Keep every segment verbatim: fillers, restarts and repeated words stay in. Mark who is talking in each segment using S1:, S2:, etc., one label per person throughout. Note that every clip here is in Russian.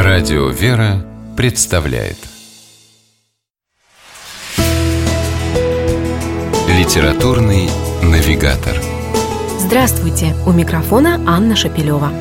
S1: Радио «Вера» представляет Литературный навигатор.
S2: Здравствуйте! У микрофона Анна Шапилева.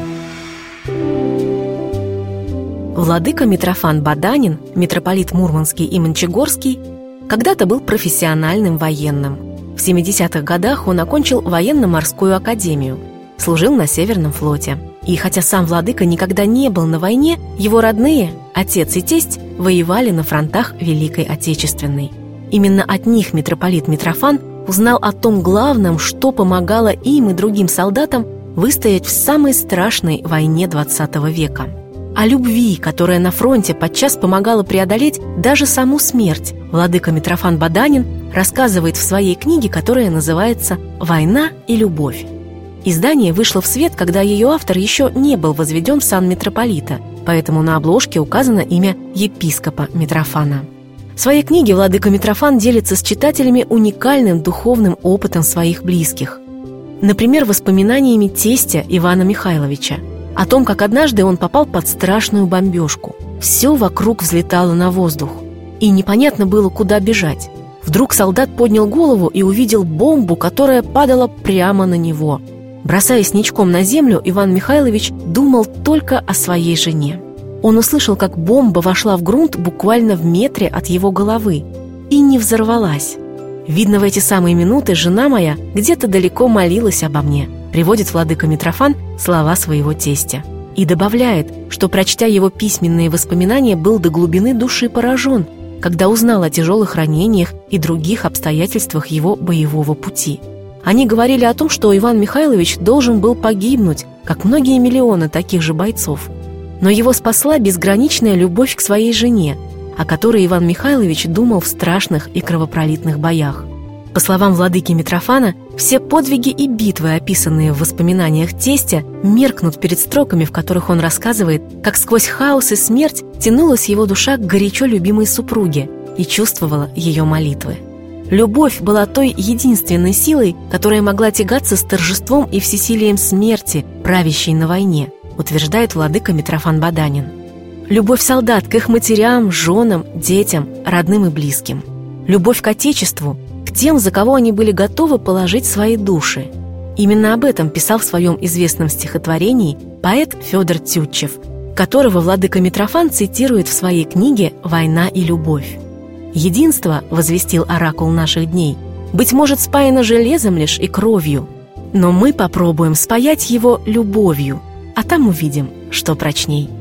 S2: Владыка Митрофан Баданин, митрополит Мурманский и Мончегорский, когда-то был профессиональным военным. В семидесятых годах он окончил военно-морскую академию, служил на Северном флоте. И хотя сам владыка никогда не был на войне, его родные, отец и тесть, воевали на фронтах Великой Отечественной. Именно от них митрополит Митрофан узнал о том главном, что помогало им и другим солдатам выстоять в самой страшной войне двадцатого века. О любви, которая на фронте подчас помогала преодолеть даже саму смерть, владыка Митрофан Баданин рассказывает в своей книге, которая называется «Война и любовь». Издание вышло в свет, когда ее автор еще не был возведен в сан митрополита, поэтому на обложке указано имя епископа Митрофана. В своей книге владыка Митрофан делится с читателями уникальным духовным опытом своих близких. Например, воспоминаниями тестя Ивана Михайловича о том, как однажды он попал под страшную бомбежку. Все вокруг взлетало на воздух, и непонятно было, куда бежать. Вдруг солдат поднял голову и увидел бомбу, которая падала прямо на него. Бросаясь ничком на землю, Иван Михайлович думал только о своей жене. Он услышал, как бомба вошла в грунт буквально в метре от его головы и не взорвалась. Видно, в эти самые минуты жена моя где-то далеко молилась обо мне, приводит владыка Митрофан слова своего тестя. И добавляет, что, прочтя его письменные воспоминания, был до глубины души поражен, когда узнал о тяжелых ранениях и других обстоятельствах его боевого пути. Они говорили о том, что Иван Михайлович должен был погибнуть, как многие миллионы таких же бойцов. Но его спасла безграничная любовь к своей жене, о которой Иван Михайлович думал в страшных и кровопролитных боях. По словам владыки Митрофана, все подвиги и битвы, описанные в воспоминаниях тестя, меркнут перед строками, в которых он рассказывает, как сквозь хаос и смерть тянулась его душа к горячо любимой супруге и чувствовала ее молитвы. Любовь была той единственной силой, которая могла тягаться с торжеством и всесилием смерти, правящей на войне, утверждает владыка Митрофан Баданин. Любовь солдат к их матерям, женам, детям, родным и близким. Любовь к Отечеству, к тем, за кого они были готовы положить свои души. Именно об этом писал в своем известном стихотворении поэт Федор Тютчев, которого владыка Митрофан цитирует в своей книге «Война и любовь». «Единство, — возвестил оракул наших дней, — быть может спаяно железом лишь и кровью, но мы попробуем спаять его любовью, а там увидим, что прочней».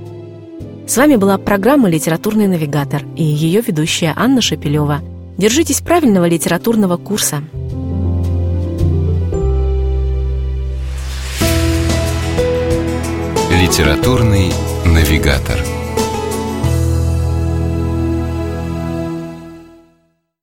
S2: С вами была программа «Литературный навигатор» и ее ведущая Анна Шапилева. Держитесь правильного литературного курса.
S1: Литературный навигатор.